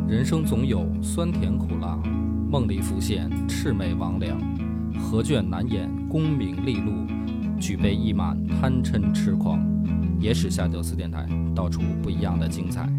人生总有酸甜苦辣，梦里浮现魑魅魍魉，何卷难掩功名利禄，举杯一满贪嗔痴狂。野史下酒四电台，道出不一样的精彩。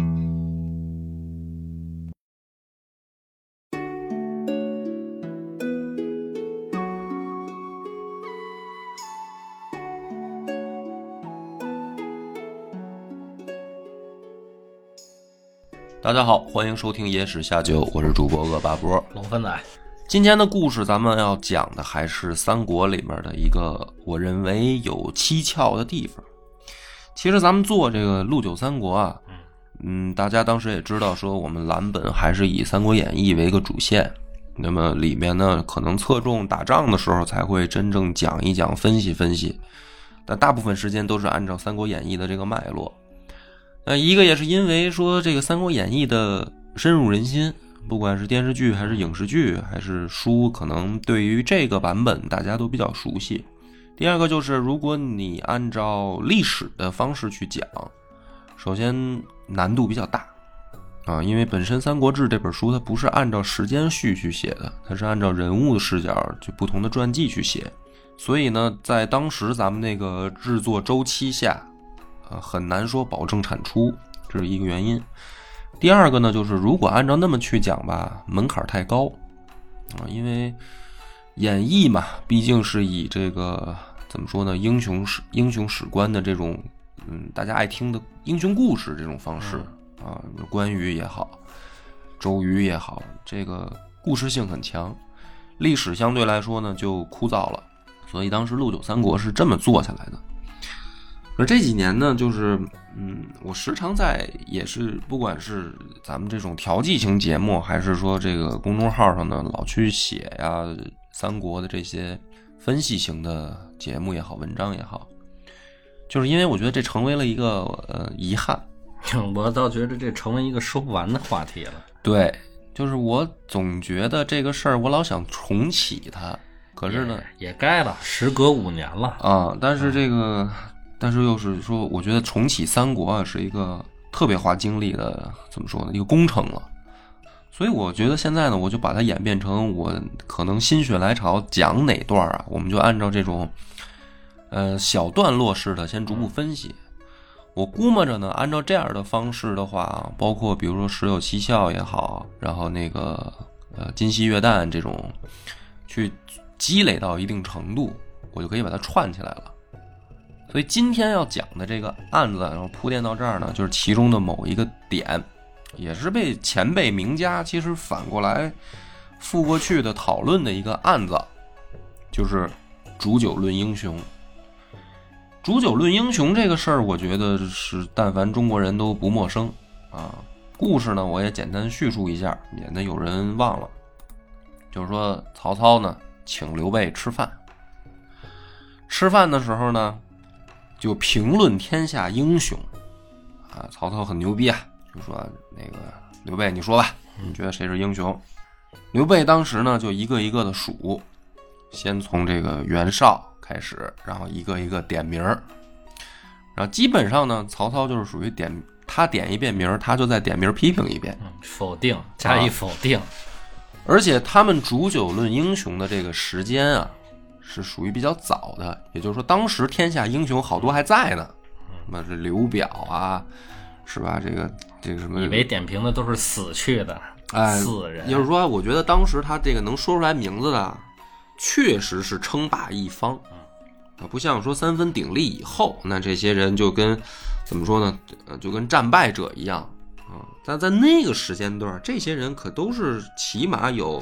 大家好，欢迎收听野史下酒，我是主播恶八波龙分仔。 今天的故事咱们要讲的还是三国里面的一个我认为有蹊跷的地方。其实咱们做这个陆九三国啊，大家当时也知道说我们蓝本还是以三国演义为一个主线，那么里面呢可能侧重打仗的时候才会真正讲一讲分析分析，但大部分时间都是按照三国演义的这个脉络。一个也是因为说这个三国演义的深入人心，不管是电视剧还是影视剧还是书，可能对于这个版本大家都比较熟悉。第二个就是如果你按照历史的方式去讲，首先难度比较大啊，因为本身《三国志》这本书它不是按照时间序去写的，它是按照人物的视角就不同的传记去写，所以呢在当时咱们那个制作周期下很难说保证产出，这是一个原因。第二个呢，就是如果按照那么去讲吧，门槛太高啊，因为演义嘛，毕竟是以这个怎么说呢，英雄史观的这种大家爱听的英雄故事这种方式啊，关羽也好，周瑜也好，这个故事性很强，历史相对来说呢就枯燥了，所以当时陆九三国是这么做下来的。而这几年呢，就是我时常在也是不管是咱们这种调剂型节目，还是说这个公众号上呢，老去写呀三国的这些分析型的节目也好，文章也好，就是因为我觉得这成为了一个遗憾。 我倒觉得这成为一个说不完的话题了。 对，就是我总觉得这个事儿我老想重启它，可是呢也该了，时隔5年了啊，但是这个。但是又是说，我觉得重启三国啊是一个特别花精力的，怎么说呢，一个工程了。所以我觉得现在呢，我就把它演变成我可能心血来潮讲哪段啊，我们就按照这种小段落式的先逐步分析。我估摸着呢，按照这样的方式的话，包括比如说十有七效也好，然后那个今昔月旦这种，去积累到一定程度，我就可以把它串起来了。所以今天要讲的这个案子，然后铺垫到这儿呢，就是其中的某一个点，也是被前辈名家其实反过来复过去的讨论的一个案子，就是煮酒论英雄。煮酒论英雄这个事儿，我觉得是但凡中国人都不陌生啊。故事呢，我也简单叙述一下，免得有人忘了。就是说，曹操呢请刘备吃饭，吃饭的时候呢，就评论天下英雄啊，曹操很牛逼啊，就说那个刘备你说吧，你觉得谁是英雄？刘备当时呢就一个一个的数，先从这个袁绍开始，然后一个一个点名，然后基本上呢曹操就是属于他点一遍名，他就再点名批评一遍， 否定加以否定， 而且他们煮酒论英雄的这个时间啊是属于比较早的，也就是说当时天下英雄好多还在呢，什么是刘表啊，是吧？这个什么？ 以为点评的都是死去的死人。 也就是说，我觉得当时他这个能说出来名字的，确实是称霸一方，不像说三分鼎立以后，那这些人就跟怎么说呢？就跟战败者一样啊。但在那个时间段，这些人可都是起码有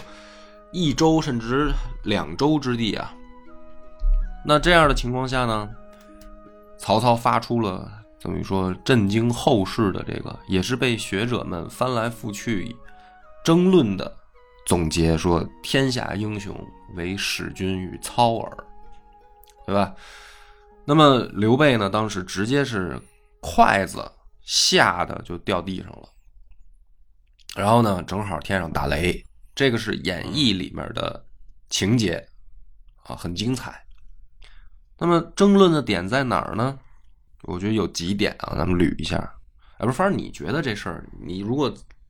1周甚至2周之地啊。那这样的情况下呢，曹操发出了等于说震惊后世的这个，也是被学者们翻来覆去争论的总结，说天下英雄唯使君与操耳，对吧？那么刘备呢，当时直接是筷子下的就掉地上了，然后呢正好天上打雷，这个是演义里面的情节啊，很精彩。那么争论的点在哪儿呢？我觉得有几点啊，咱们捋一下。不是，反正你觉得这事儿，你如果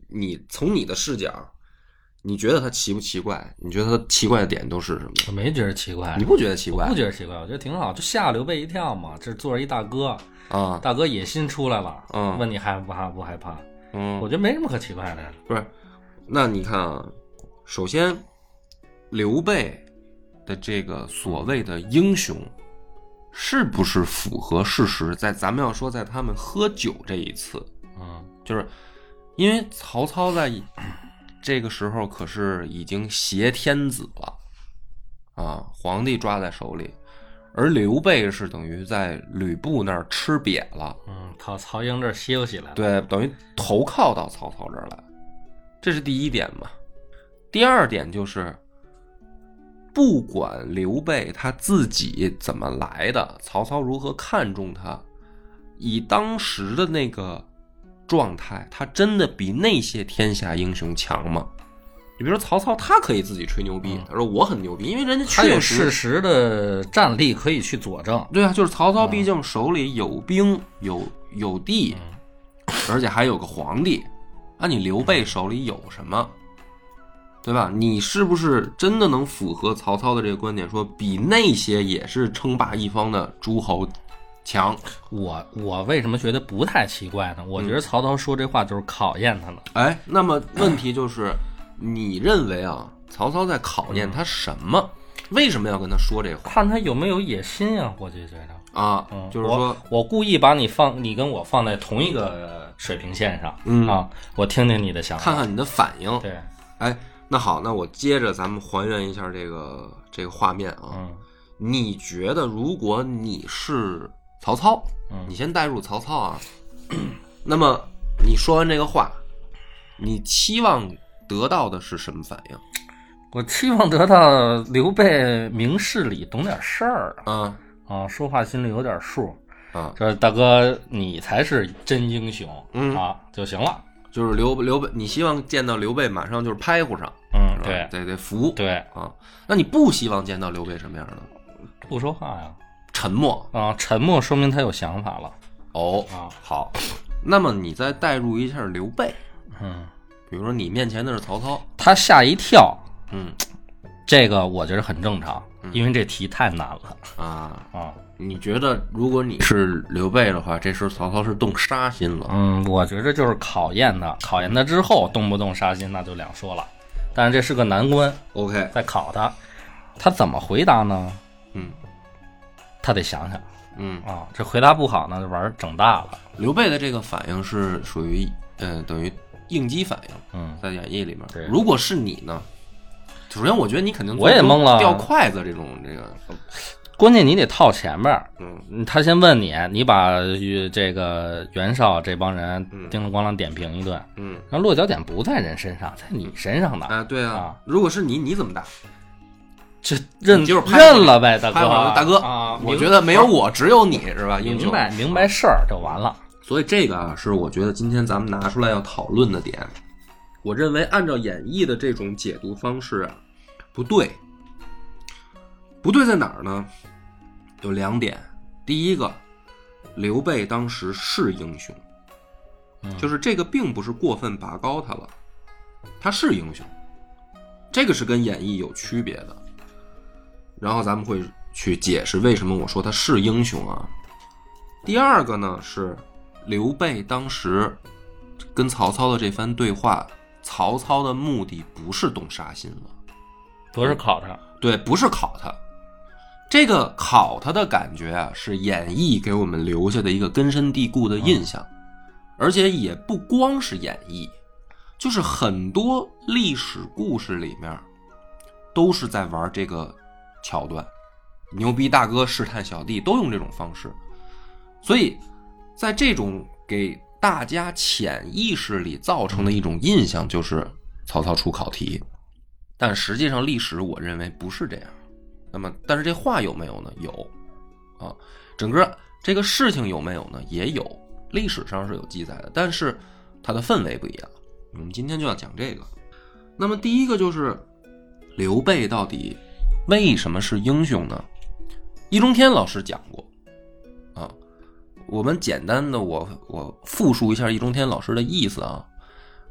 你从你的视角，你觉得他奇不奇怪？你觉得他奇怪的点都是什么？ 我没觉得奇怪。 你不觉得奇怪？ 我不觉得奇怪，我觉得挺好，就吓刘备一跳嘛。这坐着一大哥啊， 大哥野心出来了，问你害不害怕？我觉得没什么可奇怪的。 不是，那你看啊，首先刘备的这个所谓的英雄，是不是符合事实？咱们要说在他们喝酒这一次，就是因为曹操在这个时候可是已经挟天子了啊，皇帝抓在手里，而刘备是等于在吕布那儿吃瘪了， 靠曹营这儿休息来了， 对，等于投靠到曹操这儿来，这是第一点嘛。第二点就是，不管刘备他自己怎么来的，曹操如何看重他，以当时的那个状态，他真的比那些天下英雄强吗？你比如说曹操，他可以自己吹牛逼，他说我很牛逼，因为人家确实他有事实的战力可以去佐证。 对啊，就是曹操毕竟手里有兵有地，而且还有个皇帝。你刘备手里有什么？对吧？你是不是真的能符合曹操的这个观点，说比那些也是称霸一方的诸侯强？ 我为什么觉得不太奇怪呢？我觉得曹操说这话就是考验他呢。 那么问题就是，你认为啊，曹操在考验他什么？为什么要跟他说这话？ 看他有没有野心啊！我就觉得啊，就是说我故意把你跟我放在同一个水平线上，我听听你的想法， 看看你的反应。 对， 那好，那我接着咱们还原一下这个画面啊。你觉得如果你是曹操，你先带入曹操啊，那么你说完这个话，你期望得到的是什么反应？ 我期望得到刘备明事理，懂点事儿说话心里有点数这大哥你才是真英雄就行了。 就是刘备，你希望见到刘备马上就是拍乎上， 对， 得服， 对啊。那你不希望见到刘备什么样的？ 不说话呀， 沉默沉默说明他有想法了。 好，那么你再带入一下刘备，比如说你面前的是曹操， 他吓一跳，这个我觉得很正常，因为这题太难了你觉得如果你是刘备的话，这时候曹操是动杀心了？ 我觉得就是考验他之后动不动杀心那就两说了，但是这是个难关。 OK， 在考他怎么回答呢？他得想想。这回答不好呢，就玩整大了。 刘备的这个反应是属于等于应激反应。在演义里面，如果是你呢？首先，我觉得你肯定我也懵了， 掉筷子这个。 关键你得套前面，他先问你，你把这个袁绍这帮人叮了咣啷点评一顿，然后落脚点不在人身上，在你身上的对啊。如果是你怎么打？ 这认了呗，大哥， 大哥我觉得没有我，只有你是吧？ 明白事儿就完了。 所以这个是我觉得今天咱们拿出来要讨论的点。我认为按照演义的这种解读方式不对。不对在哪儿呢？有两点。第一个，刘备当时是英雄，就是这个并不是过分拔高他了，他是英雄，这个是跟演义有区别的。然后咱们会去解释为什么我说他是英雄啊。第二个呢，是刘备当时跟曹操的这番对话，曹操的目的不是动杀心了， 不是考他， 对，不是考他。这个考他的感觉是演义给我们留下的一个根深蒂固的印象，而且也不光是演义，就是很多历史故事里面都是在玩这个桥段，牛逼大哥试探小弟都用这种方式。所以在这种给大家潜意识里造成的一种印象就是曹操出考题，但实际上历史我认为不是这样。那么但是这话有没有呢？有整个这个事情有没有呢？也有，历史上是有记载的，但是它的氛围不一样。我们今天就要讲这个。那么第一个就是刘备到底为什么是英雄呢？易中天老师讲过我们简单的我复述一下易中天老师的意思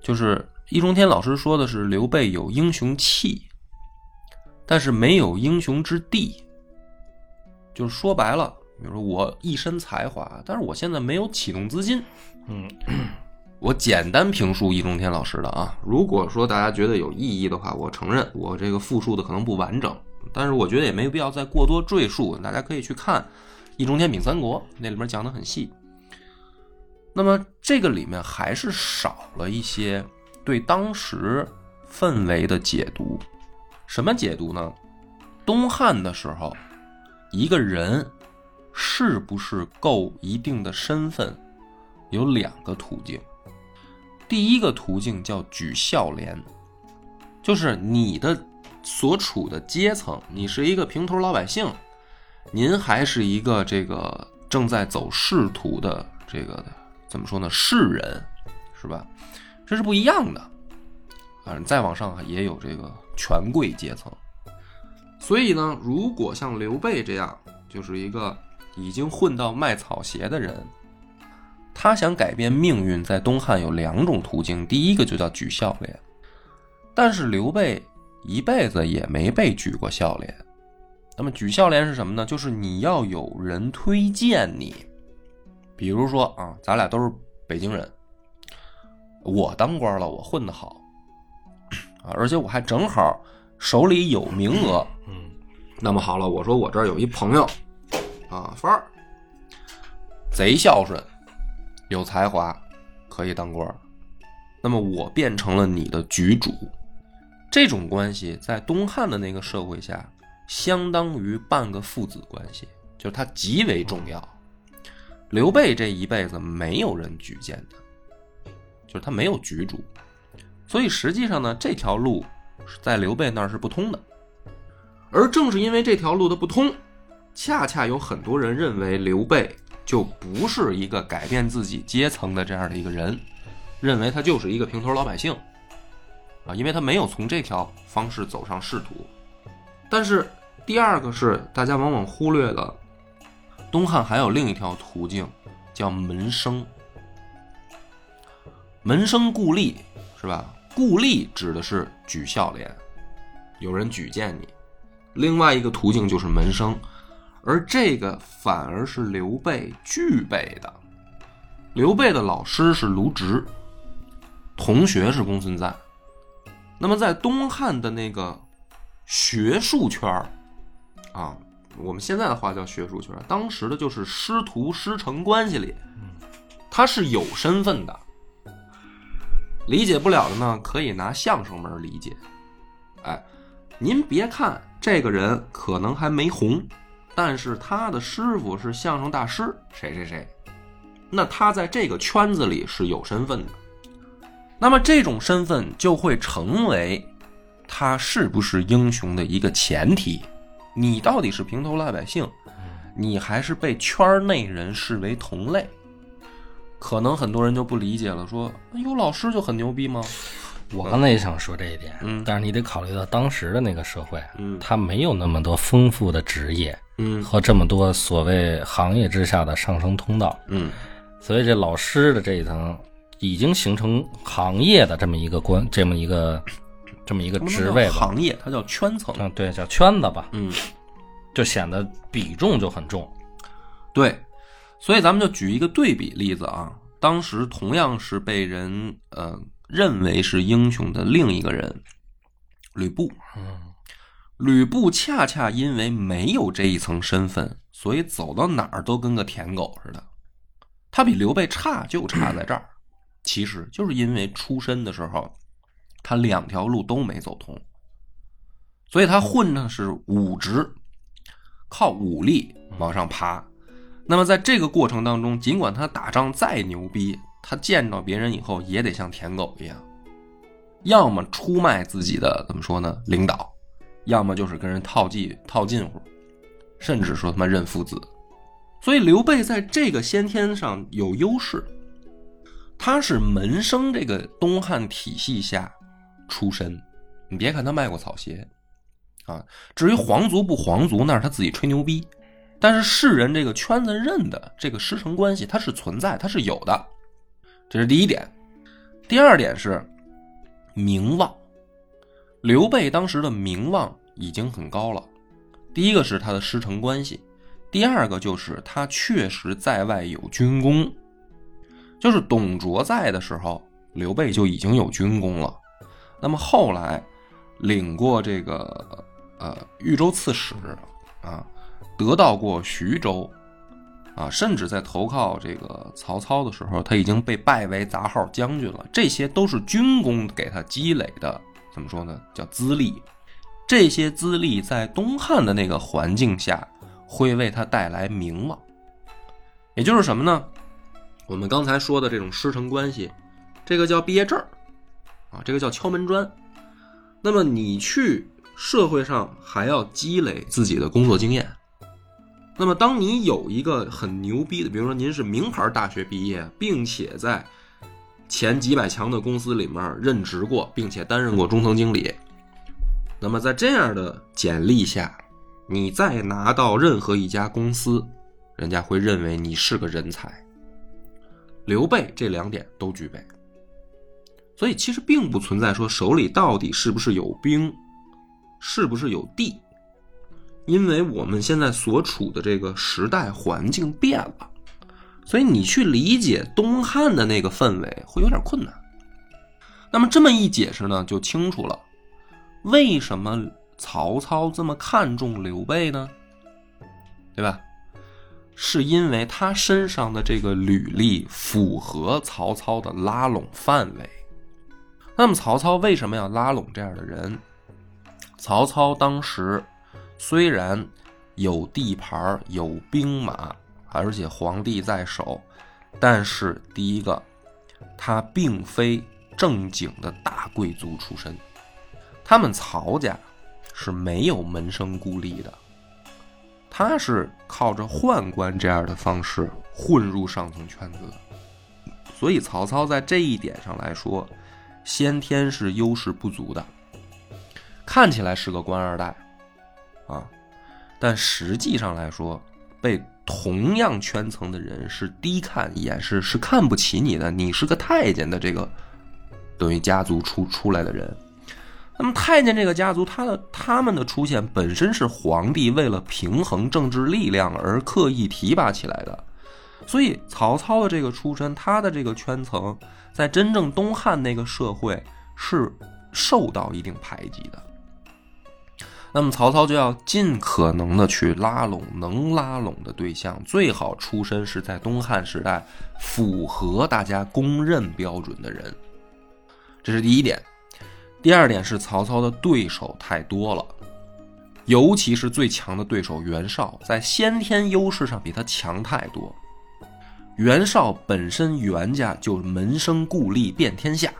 就是易中天老师说的是刘备有英雄气，但是没有英雄之地。就是说白了，比如说我一身才华，但是我现在没有启动资金。我简单评述易中天老师的啊，如果说大家觉得有意义的话，我承认我这个复述的可能不完整，但是我觉得也没有必要再过多赘述，大家可以去看《易中天秉三国》，那里面讲得很细。那么这个里面还是少了一些对当时氛围的解读。什么解读呢？东汉的时候，一个人是不是够一定的身份，有2个途径。第一个途径叫举孝廉，就是你的所处的阶层，你是一个平头老百姓，您还是一个这个正在走仕途的这个怎么说呢，士人，是吧？这是不一样的。再往上也有这个权贵阶层。所以呢，如果像刘备这样，就是一个已经混到卖草鞋的人，他想改变命运，在东汉有2种途径。第一个就叫举孝廉，但是刘备一辈子也没被举过孝廉。那么举孝廉是什么呢？就是你要有人推荐你。比如说啊，咱俩都是北京人，我当官了，我混得好而且我还正好手里有名额。那么好了，我说我这儿有一朋友范儿贼孝顺，有才华，可以当官，那么我变成了你的局主。这种关系在东汉的那个社会下，相当于半个父子关系，就是它极为重要。刘备这一辈子没有人举荐他，就是他没有局主，所以实际上呢，这条路在刘备那儿是不通的。而正是因为这条路的不通，恰恰有很多人认为刘备就不是一个改变自己阶层的这样的一个人，认为他就是一个平头老百姓因为他没有从这条方式走上仕途。但是第二个是大家往往忽略了，东汉还有另一条途径叫门生。门生故吏，是吧？故吏指的是举孝廉，有人举荐你。另外一个途径就是门生，而这个反而是刘备具备的。刘备的老师是卢植，同学是公孙瓒。那么在东汉的那个学术圈我们现在的话叫学术圈，当时的就是师徒师承关系里，他是有身份的。理解不了的呢，可以拿相声门理解。您别看这个人可能还没红，但是他的师傅是相声大师谁谁谁，那他在这个圈子里是有身份的。那么这种身份就会成为他是不是英雄的一个前提。你到底是平头老百姓，你还是被圈内人视为同类？可能很多人就不理解了，说有老师就很牛逼吗？ 我刚才也想说这一点，但是你得考虑到当时的那个社会，他没有那么多丰富的职业，和这么多所谓行业之下的上升通道，所以这老师的这一层已经形成行业的这么一个职位了。 行业它叫圈层， 对，叫圈子吧，就显得比重就很重。 对，所以咱们就举一个对比例子啊，当时同样是被人认为是英雄的另一个人，吕布。吕布恰恰因为没有这一层身份，所以走到哪儿都跟个舔狗似的。他比刘备差就差在这儿，其实就是因为出身的时候他2条路都没走通，所以他混的是武职，靠武力往上爬。那么在这个过程当中，尽管他打仗再牛逼，他见到别人以后也得像舔狗一样，要么出卖自己的怎么说呢领导，要么就是跟人套近乎，甚至说他妈认父子。所以刘备在这个先天上有优势，他是门生这个东汉体系下出身。你别看他卖过草鞋至于皇族不皇族那是他自己吹牛逼，但是世人这个圈子认的这个师承关系它是存在，它是有的。这是第一点。第二点是名望。刘备当时的名望已经很高了，第一个是他的师承关系，第二个就是他确实在外有军功。就是董卓在的时候，刘备就已经有军功了。那么后来领过这个豫州刺史啊，得到过徐州啊，甚至在投靠这个曹操的时候，他已经被拜为杂号将军了。这些都是军功给他积累的，怎么说呢？叫资历。这些资历在东汉的那个环境下，会为他带来名望。也就是什么呢？我们刚才说的这种师承关系，这个叫毕业证啊，这个叫敲门砖。那么你去社会上还要积累自己的工作经验。那么当你有一个很牛逼的，比如说您是名牌大学毕业，并且在前几百强的公司里面任职过，并且担任过中层经理，那么在这样的简历下，你再拿到任何一家公司，人家会认为你是个人才。刘备这两点都具备，所以其实并不存在说手里到底是不是有兵，是不是有地，因为我们现在所处的这个时代环境变了，所以你去理解东汉的那个氛围会有点困难。那么这么一解释呢，就清楚了为什么曹操这么看重刘备呢？对吧？是因为他身上的这个履历符合曹操的拉拢范围。那么曹操为什么要拉拢这样的人？曹操当时虽然有地盘有兵马，而且皇帝在手，但是第一个，他并非正经的大贵族出身，他们曹家是没有门生故吏的，他是靠着宦官这样的方式混入上层圈子的。所以曹操在这一点上来说，先天是优势不足的。看起来是个官二代啊，但实际上来说，被同样圈层的人是低看一眼，是看不起你的，你是个太监的这个等于家族出来的人。那么太监这个家族，他们的出现本身是皇帝为了平衡政治力量而刻意提拔起来的，所以曹操的这个出身，他的这个圈层，在真正东汉那个社会是受到一定排挤的。那么曹操就要尽可能的去拉拢能拉拢的对象，最好出身是在东汉时代符合大家公认标准的人，这是第一点。第二点是曹操的对手太多了，尤其是最强的对手袁绍，在先天优势上比他强太多。袁绍本身袁家就门生故吏遍天下，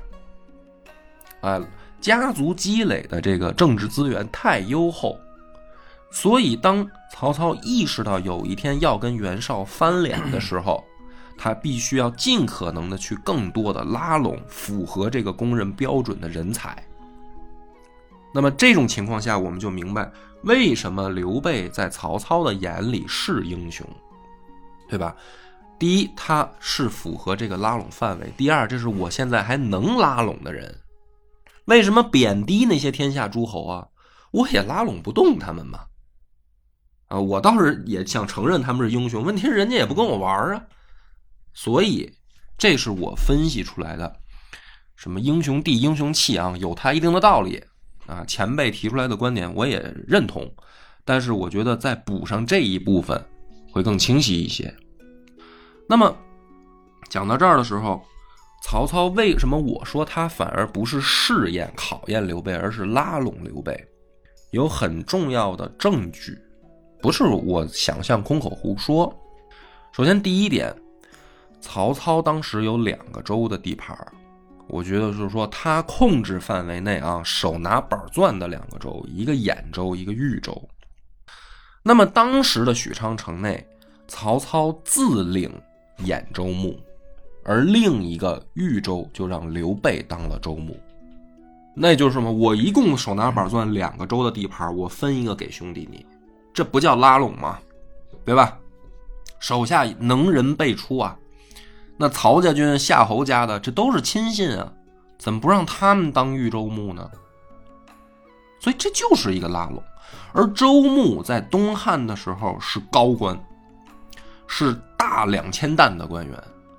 家族积累的这个政治资源太优厚，所以当曹操意识到有一天要跟袁绍翻脸的时候，他必须要尽可能的去更多的拉拢符合这个公认标准的人才。那么这种情况下，我们就明白为什么刘备在曹操的眼里是英雄，对吧？第一，他是符合这个拉拢范围；第二，这是我现在还能拉拢的人。为什么贬低那些天下诸侯啊？我也拉拢不动他们嘛。我倒是也想承认他们是英雄，问题是人家也不跟我玩啊。所以这是我分析出来的什么英雄地英雄气啊，有它一定的道理啊。前辈提出来的观点我也认同，但是我觉得再补上这一部分会更清晰一些。那么讲到这儿的时候，曹操为什么我说他反而不是试验考验刘备，而是拉拢刘备，有很重要的证据，不是我想象空口胡说。首先第一点，曹操当时有2个州的地盘，我觉得就是说他控制范围内手拿板钻的2个州，一个兖州，一个豫州。那么当时的许昌城内，曹操自领兖州牧，而另一个豫州就让刘备当了州牧。那就是什么？我一共手拿板钻2个州的地盘，我分一个给兄弟你，这不叫拉拢吗？对吧？手下能人辈出啊，那曹家军、夏侯家的，这都是亲信啊， 怎么不让他们当豫州牧呢？所以这就是一个拉拢。而州牧在东汉的时候是高官，是大2000担的官员。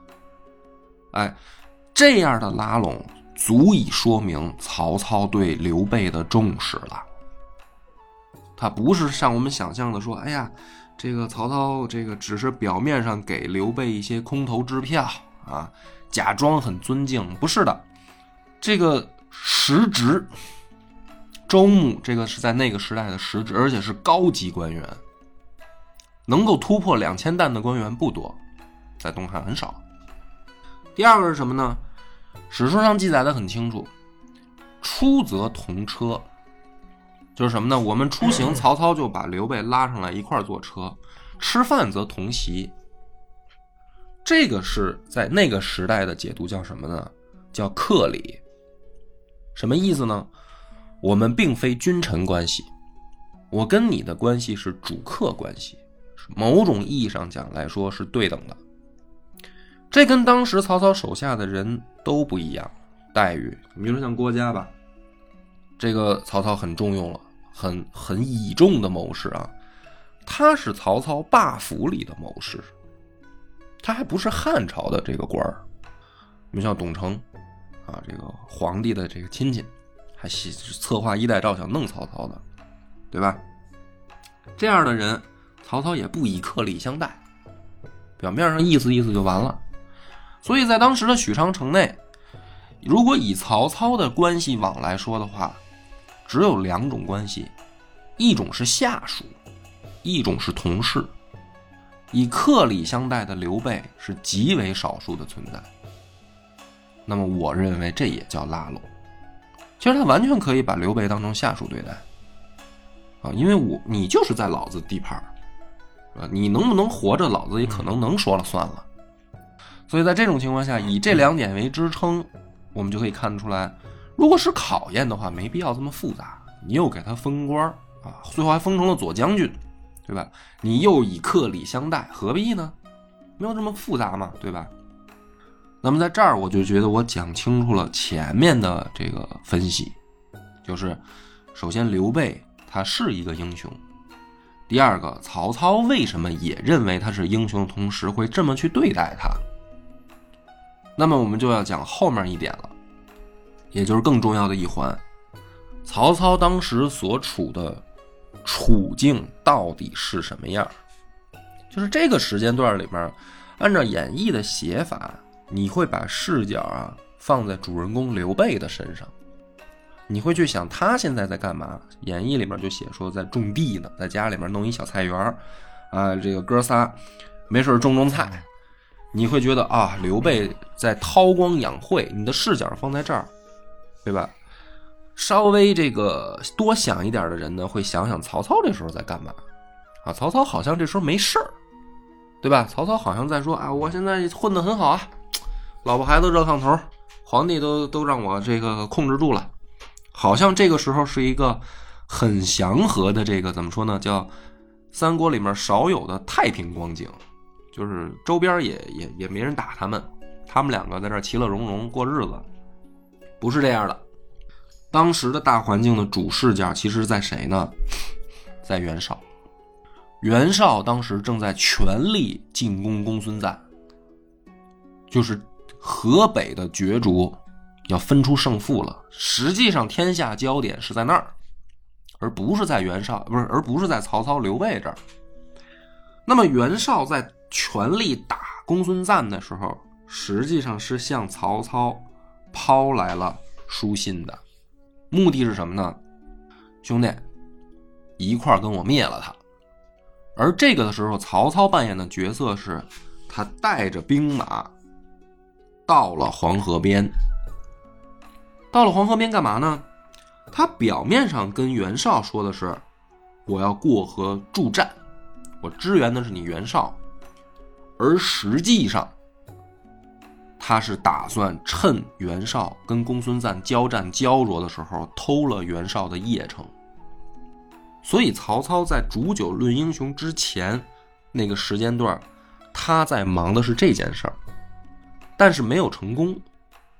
这样的拉拢足以说明曹操对刘备的重视了。他不是像我们想象的说，这个曹操这个只是表面上给刘备一些空头支票啊，假装很尊敬，不是的。这个实职州牧，这个是在那个时代的实职，而且是高级官员，能够突破2000担的官员不多，在东汉很少。第二个是什么呢？史书上记载的很清楚，出则同车，就是什么呢？我们出行，曹操就把刘备拉上来一块坐车，吃饭则同席。这个是在那个时代的解读叫什么呢？叫客礼。什么意思呢？我们并非君臣关系，我跟你的关系是主客关系，某种意义上讲来说是对等的。这跟当时曹操手下的人都不一样待遇。比如说像郭嘉吧，这个曹操很重用了，很倚重的谋士啊，他是曹操霸府里的谋士，他还不是汉朝的这个官儿。你们像董承啊，这个皇帝的这个亲戚，还策划一代诏想弄曹操的，对吧？这样的人，曹操也不以客礼相待，表面上意思意思就完了。所以在当时的许昌城内，如果以曹操的关系网来说的话，只有2种关系，一种是下属，一种是同事。以客礼相待的刘备是极为少数的存在。那么我认为这也叫拉拢。其实他完全可以把刘备当成下属对待啊，因为你就是在老子地盘啊，你能不能活着，老子也可能能说了算了。所以在这种情况下，以这2点为支撑，我们就可以看出来，如果是考验的话，没必要这么复杂。你又给他封官啊，最后还封成了左将军，对吧？你又以客礼相待，何必呢？没有这么复杂嘛，对吧？那么在这儿我就觉得我讲清楚了前面的这个分析，就是首先刘备他是一个英雄，第二个曹操为什么也认为他是英雄，同时会这么去对待他。那么我们就要讲后面一点了，也就是更重要的一环，曹操当时所处的处境到底是什么样。就是这个时间段里面，按照演义的写法，你会把视角放在主人公刘备的身上，你会去想他现在在干嘛。演义里面就写说在种地呢，在家里面弄一小菜园啊，这个哥仨没事种菜。你会觉得刘备在韬光养晦，你的视角放在这儿，对吧？稍微这个多想一点的人呢，会想想曹操这时候在干嘛啊？曹操好像这时候没事儿，对吧？曹操好像在说我现在混得很好啊，老婆孩子热炕头，皇帝都让我这个控制住了，好像这个时候是一个很祥和的这个怎么说呢，叫三国里面少有的太平光景。就是周边也没人打他们两个在这儿其乐融融过日子，不是这样的。当时的大环境的主视角其实在谁呢？在袁绍。袁绍当时正在全力进攻公孙瓒，就是河北的角逐要分出胜负了。实际上天下焦点是在那儿，而不是在而不是在曹操刘备这儿。那么袁绍在全力打公孙瓒的时候，实际上是向曹操抛来了书信的，目的是什么呢？兄弟，一块儿跟我灭了他。而这个的时候，曹操扮演的角色是，他带着兵马到了黄河边。到了黄河边干嘛呢？他表面上跟袁绍说的是，我要过河助战，我支援的是你袁绍。而实际上他是打算趁袁绍跟公孙瓒交战焦灼的时候偷了袁绍的邺城。所以曹操在煮酒论英雄之前那个时间段，他在忙的是这件事儿，但是没有成功。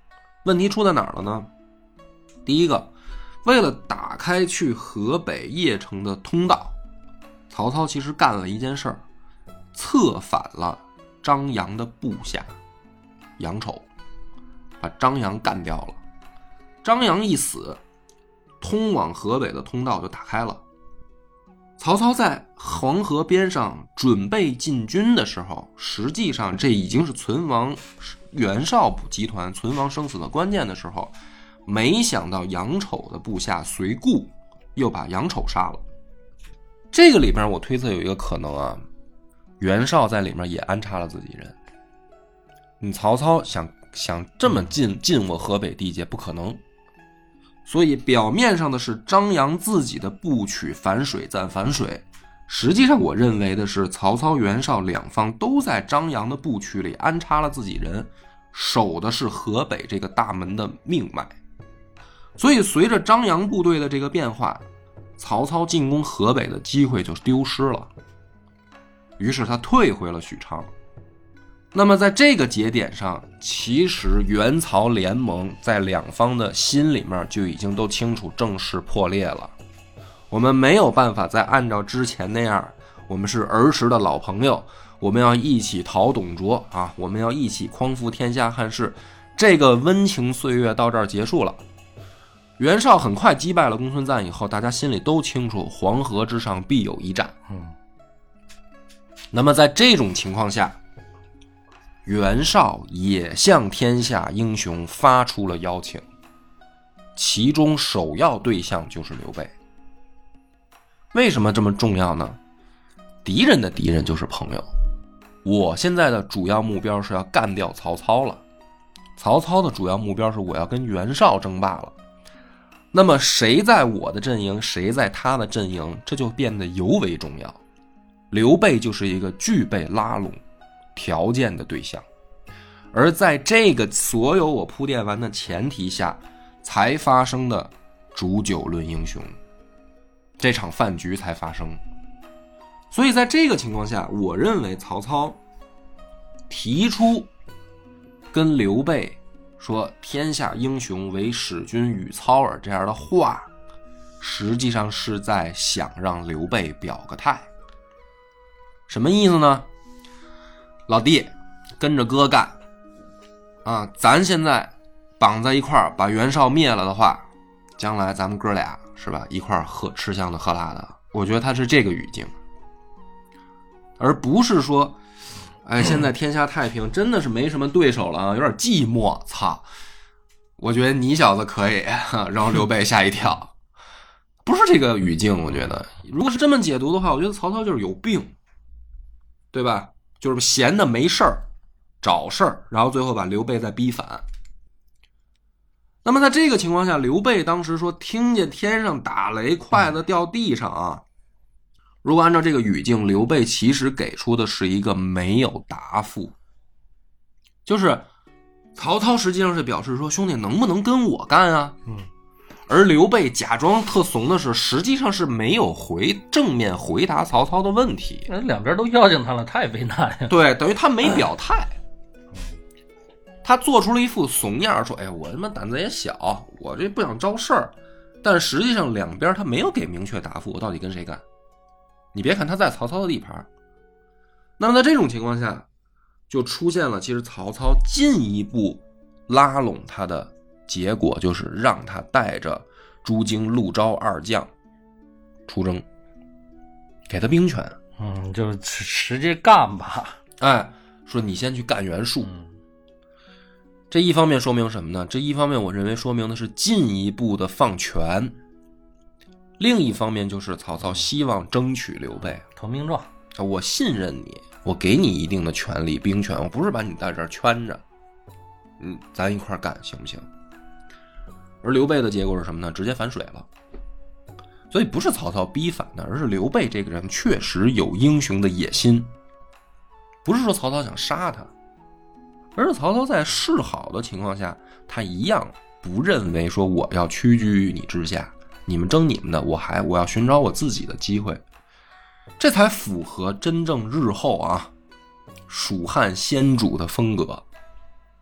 问题出在哪儿了呢？第一个，为了打开去河北邺城的通道，曹操其实干了一件事儿，策反了张扬的部下杨丑，把张扬干掉了。张扬一死，通往河北的通道就打开了。曹操在黄河边上准备进军的时候，实际上这已经是存亡袁绍集团存亡生死的关键的时候，没想到杨丑的部下随顾又把杨丑杀了。这个里边我推测有一个可能啊，袁绍在里面也安插了自己人。你曹操想这么进我河北地界不可能，所以表面上的是张扬自己的部曲反水暂反水，实际上我认为的是曹操袁绍两方都在张扬的部曲里安插了自己人，守的是河北这个大门的命脉。所以随着张扬部队的这个变化，曹操进攻河北的机会就丢失了，于是他退回了许昌。那么在这个节点上，其实袁曹联盟在两方的心里面就已经都清楚正式破裂了。我们没有办法再按照之前那样，我们是儿时的老朋友，我们要一起讨董卓啊，我们要一起匡扶天下汉室，这个温情岁月到这儿结束了。袁绍很快击败了公孙瓒以后，大家心里都清楚黄河之上必有一战。那么在这种情况下，袁绍也向天下英雄发出了邀请，其中首要对象就是刘备。为什么这么重要呢？敌人的敌人就是朋友。我现在的主要目标是要干掉曹操了，曹操的主要目标是我要跟袁绍争霸了。那么谁在我的阵营，谁在他的阵营，这就变得尤为重要。刘备就是一个具备拉拢条件的对象，而在这个所有我铺垫完的前提下才发生的煮酒论英雄，这场饭局才发生。所以在这个情况下，我认为曹操提出跟刘备说天下英雄唯使君与操耳这样的话，实际上是在想让刘备表个态。什么意思呢？老弟跟着哥干啊，咱现在绑在一块儿把袁绍灭了的话，将来咱们哥俩是吧，一块儿吃香的喝辣的。我觉得他是这个语境，而不是说现在天下太平，真的是没什么对手了，有点寂寞，操，我觉得你小子可以让刘备吓一跳。不是这个语境。我觉得如果是这么解读的话，我觉得曹操就是有病，对吧？就是闲的没事儿找事儿，然后最后把刘备再逼反。那么在这个情况下，刘备当时说听见天上打雷，筷子掉地上啊，如果按照这个语境，刘备其实给出的是一个没有答复，就是曹操实际上是表示说兄弟能不能跟我干啊？而刘备假装特怂的是，实际上是没有正面回答曹操的问题。 两边都邀请他了，太为难呀。 对，等于他没表态，他做出了一副怂样，说哎，我他妈胆子也小，我这不想招事儿。但实际上两边他没有给明确答复，我到底跟谁干。你别看他在曹操的地盘，那么在这种情况下就出现了其实曹操进一步拉拢他的结果，就是让他带着朱经、陆昭二将出征，给他兵权。 就直接干吧。 说你先去干袁术。这一方面说明什么呢？这一方面我认为说明的是进一步的放权，另一方面就是曹操希望争取刘备投名状， 我信任你，我给你一定的权利兵权，我不是把你在这儿圈着，咱一块干行不行？而刘备的结果是什么呢？直接反水了。所以不是曹操逼反的，而是刘备这个人确实有英雄的野心，不是说曹操想杀他，而是曹操在示好的情况下，他一样不认为说我要屈居于你之下，你们争你们的，我要寻找我自己的机会，这才符合真正日后蜀汉先主的风格。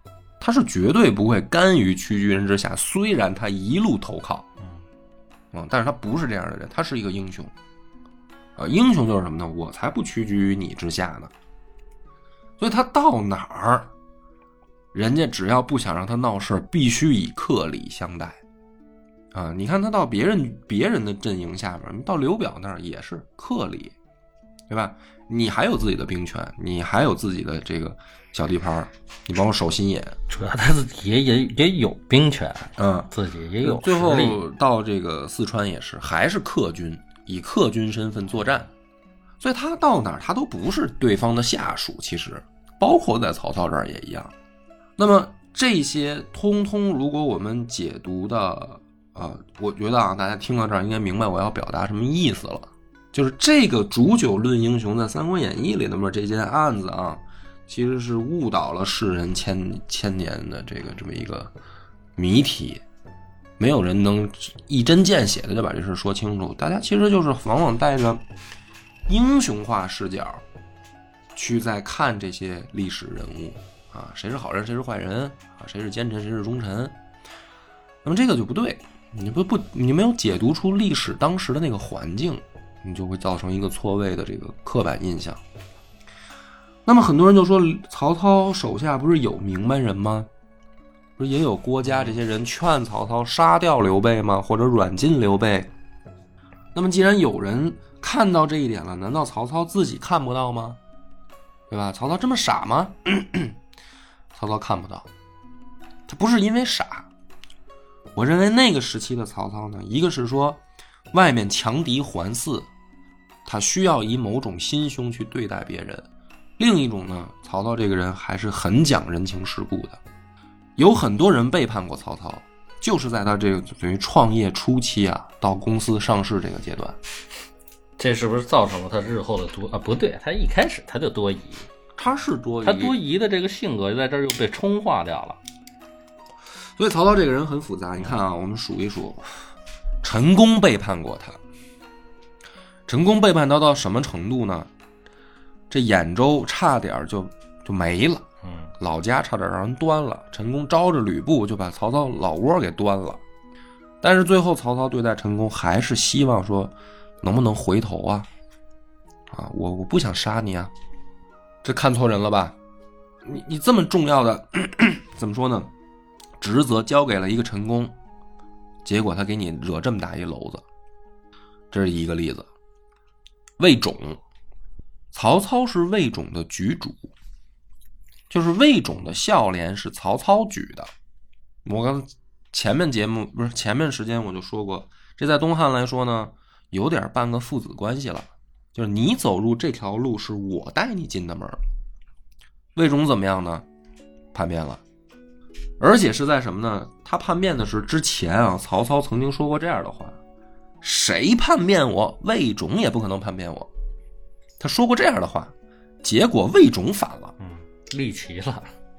他是绝对不会甘于屈居人之下，虽然他一路投靠，但是他不是这样的人，他是一个英雄。英雄就是什么呢？我才不屈居于你之下呢。所以他到哪儿，人家只要不想让他闹事，必须以客礼相待。你看他到别人的阵营下边，到刘表那儿也是客礼，对吧？你还有自己的兵权，你还有自己的这个小地盘，你帮我守新野。 主要他自己也有兵权，自己也有实力。 最后到这个四川也是，还是客军，以客军身份作战，所以他到哪儿他都不是对方的下属，其实包括在曹操这儿也一样。那么这些通通如果我们解读的我觉得大家听到这儿应该明白我要表达什么意思了，就是这个煮酒论英雄在《三国演义》里的这件案子其实是误导了世人千年的这么一个谜题，没有人能一针见血的就把这事说清楚。大家其实就是往往带着英雄化视角去在看这些历史人物谁是好人谁是坏人谁是奸臣谁是忠臣。那么这个就不对，你没有解读出历史当时的那个环境，你就会造成一个错位的这个刻板印象。那么很多人就说，曹操手下不是有明白人吗？不是也有郭嘉这些人劝曹操杀掉刘备吗？或者软禁刘备？那么既然有人看到这一点了，难道曹操自己看不到吗？对吧？曹操这么傻吗？曹操看不到，他不是因为傻。我认为那个时期的曹操呢，一个是说外面强敌环伺，他需要以某种心胸去对待别人；另一种呢，曹操这个人还是很讲人情世故的。有很多人背叛过曹操，就是在他这个等于创业初期到公司上市这个阶段。 这是不是造成了他日后的不对，他一开始他就多疑， 他是多疑， 他多疑的这个性格在这儿又被冲化掉了。 所以曹操这个人很复杂，你看我们数一数，陈宫背叛过他，陈宫背叛到什么程度呢？这兖州差点就没了，老家差点让人端了，陈宫招着吕布就把曹操老窝给端了。但是最后曹操对待陈宫还是希望说，能不能回头我不想杀你这看错人了吧？你这么重要的怎么说呢？职责交给了一个陈宫，结果他给你惹这么大一篓子，这是一个例子。魏种，曹操是魏种的举主，就是魏种的孝廉是曹操举的。我刚前面时间我就说过，这在东汉来说呢，有点半个父子关系了，就是你走入这条路是我带你进的门。魏种怎么样呢？叛变了。而且是在什么呢？他叛变的是之前曹操曾经说过这样的话，谁叛变我，魏种也不可能叛变我。他说过这样的话，结果魏种反了， 立旗了。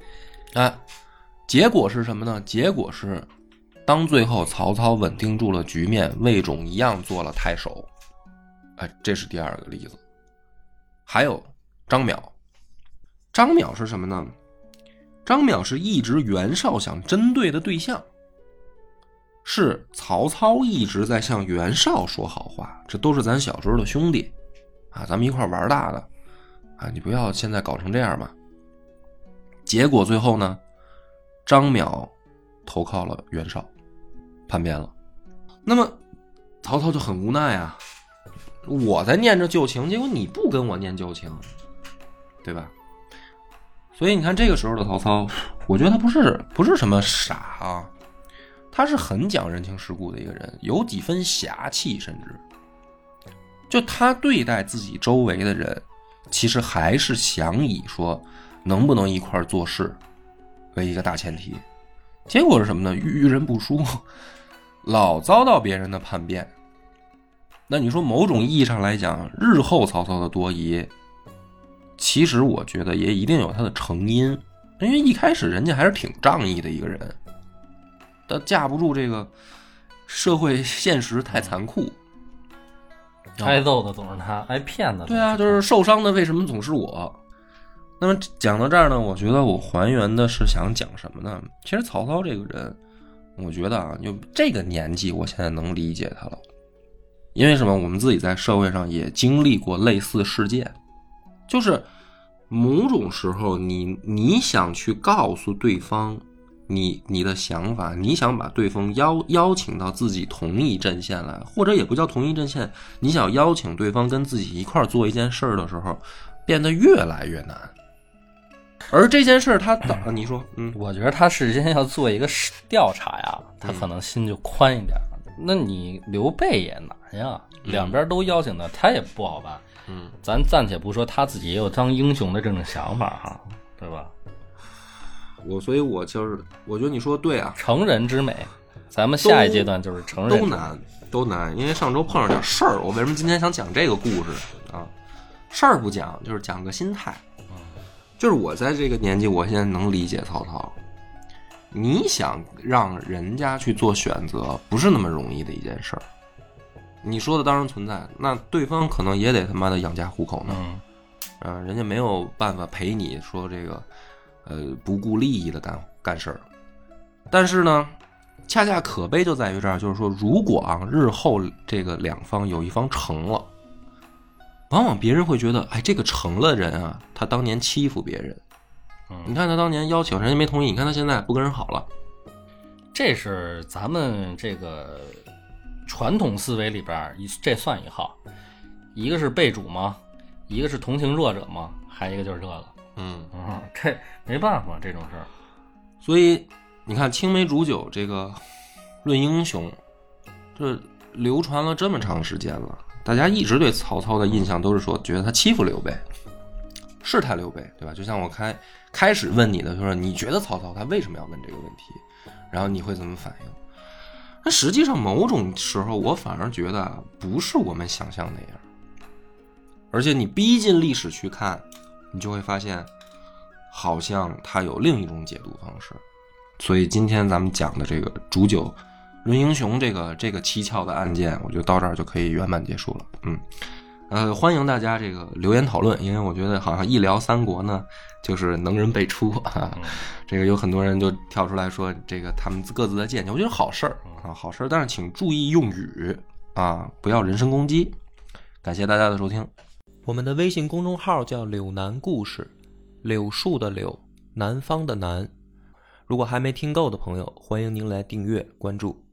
结果是什么呢？结果是当最后曹操稳定住了局面，魏种一样做了太守。这是第二个例子。还有张邈，张邈是什么呢？张邈是一直袁绍想针对的对象，是曹操一直在向袁绍说好话，这都是咱小时候的兄弟咱们一块玩大的你不要现在搞成这样嘛。结果最后呢，张邈投靠了袁绍，叛变了。那么曹操就很无奈我在念着旧情，结果你不跟我念旧情，对吧？所以你看这个时候的曹操，我觉得他不是什么傻他是很讲人情世故的一个人，有几分侠气，甚至就他对待自己周围的人，其实还是想以说能不能一块做事为一个大前提。结果是什么呢？遇人不淑，老遭到别人的叛变。那你说某种意义上来讲，日后曹操的多疑，其实我觉得也一定有他的成因，因为一开始人家还是挺仗义的一个人，但架不住这个社会现实太残酷， 挨揍的总是他，挨骗的对就是受伤的为什么总是我？ 那么讲到这儿呢，我觉得我还原的是想讲什么呢？其实曹操这个人，我觉得啊，就这个年纪，我现在能理解他了。因为什么？我们自己在社会上也经历过类似事件，就是某种时候你想去告诉对方你的想法，你想把对方邀请到自己同一阵线来，或者也不叫同一阵线，你想邀请对方跟自己一块儿做一件事的时候，变得越来越难。而这件事他你说我觉得他事先要做一个调查呀，他可能心就宽一点。那你刘备也难呀，两边都邀请的，他也不好办。咱暂且不说他自己也有当英雄的这种想法哈，对吧？ 所以我觉得你说的对啊， 成人之美，咱们下一阶段就是成人之美都难。因为上周碰上点事儿，我为什么今天想讲这个故事啊？事儿不讲，就是讲个心态。就是我在这个年纪，我现在能理解曹操。你想让人家去做选择，不是那么容易的一件事儿。你说的当然存在，那对方可能也得他妈的养家糊口呢。人家没有办法陪你说这个，不顾利益的干事儿。但是呢，恰恰可悲就在于这儿，就是说，如果日后这个两方有一方成了，往往别人会觉得，哎，这个成了人啊，他当年欺负别人。你看他当年邀请人家没同意，你看他现在不跟人好了。 这是咱们这个传统思维里边，这算一号，一个是被主嘛，一个是同情弱者嘛，还有一个就是这个。这没办法这种事儿。 所以你看青梅煮酒这个论英雄，这流传了这么长时间了，大家一直对曹操的印象都是说觉得他欺负刘备，试探刘备，对吧？就像我开始问你的，就是你觉得曹操他为什么要问这个问题，然后你会怎么反应？那实际上某种时候我反而觉得不是我们想象那样，而且你逼近历史去看，你就会发现好像他有另一种解读方式。所以今天咱们讲的这个煮酒论英雄这个蹊跷的案件，我觉得到这儿就可以圆满结束了。欢迎大家这个留言讨论，因为我觉得好像一聊三国呢，就是能人辈出啊。这个有很多人就跳出来说这个他们各自的见解，我觉得好事儿啊，好事儿，但是请注意用语啊，不要人身攻击。感谢大家的收听。 我们的微信公众号叫柳南故事，柳树的柳，南方的南。如果还没听够的朋友，欢迎您来订阅关注。